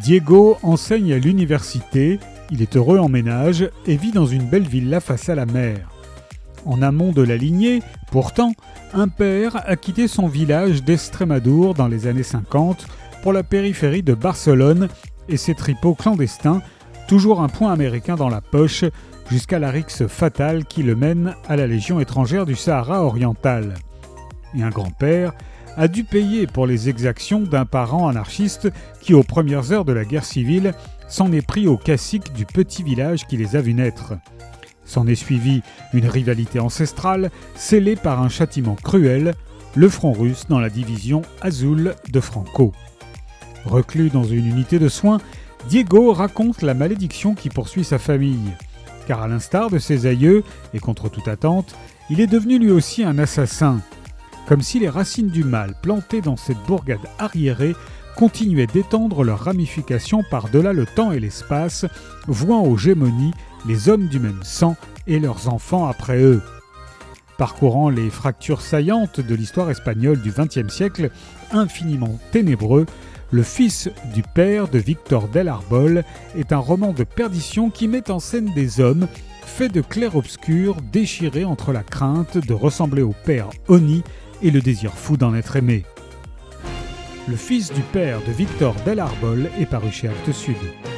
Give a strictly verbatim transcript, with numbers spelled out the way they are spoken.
Diego enseigne à l'université, il est heureux en ménage et vit dans une belle villa face à la mer. En amont de la lignée, pourtant, un père a quitté son village d'Estrémadour dans les années cinquante pour la périphérie de Barcelone et ses tripots clandestins, toujours un point américain dans la poche, jusqu'à la rixe fatale qui le mène à la Légion étrangère du Sahara oriental. Et un grand-père a dû payer pour les exactions d'un parent anarchiste qui, aux premières heures de la guerre civile, s'en est pris aux caciques du petit village qui les a vus naître. S'en est suivi une rivalité ancestrale scellée par un châtiment cruel, le front russe dans la division Azul de Franco. Reclus dans une unité de soins, Diego raconte la malédiction qui poursuit sa famille. Car à l'instar de ses aïeux, et contre toute attente, il est devenu lui aussi un assassin. Comme si les racines du mal plantées dans cette bourgade arriérée continuaient d'étendre leurs ramifications par-delà le temps et l'espace, vouant aux gémonies les hommes du même sang et leurs enfants après eux. Parcourant les fractures saillantes de l'histoire espagnole du vingtième siècle, infiniment ténébreux, Le fils du père de Victor del Arbol est un roman de perdition qui met en scène des hommes faits de clair-obscur, déchirés entre la crainte de ressembler au père Oni et le désir fou d'en être aimé. Le fils du père de Victor del Arbol est paru chez Actes Sud.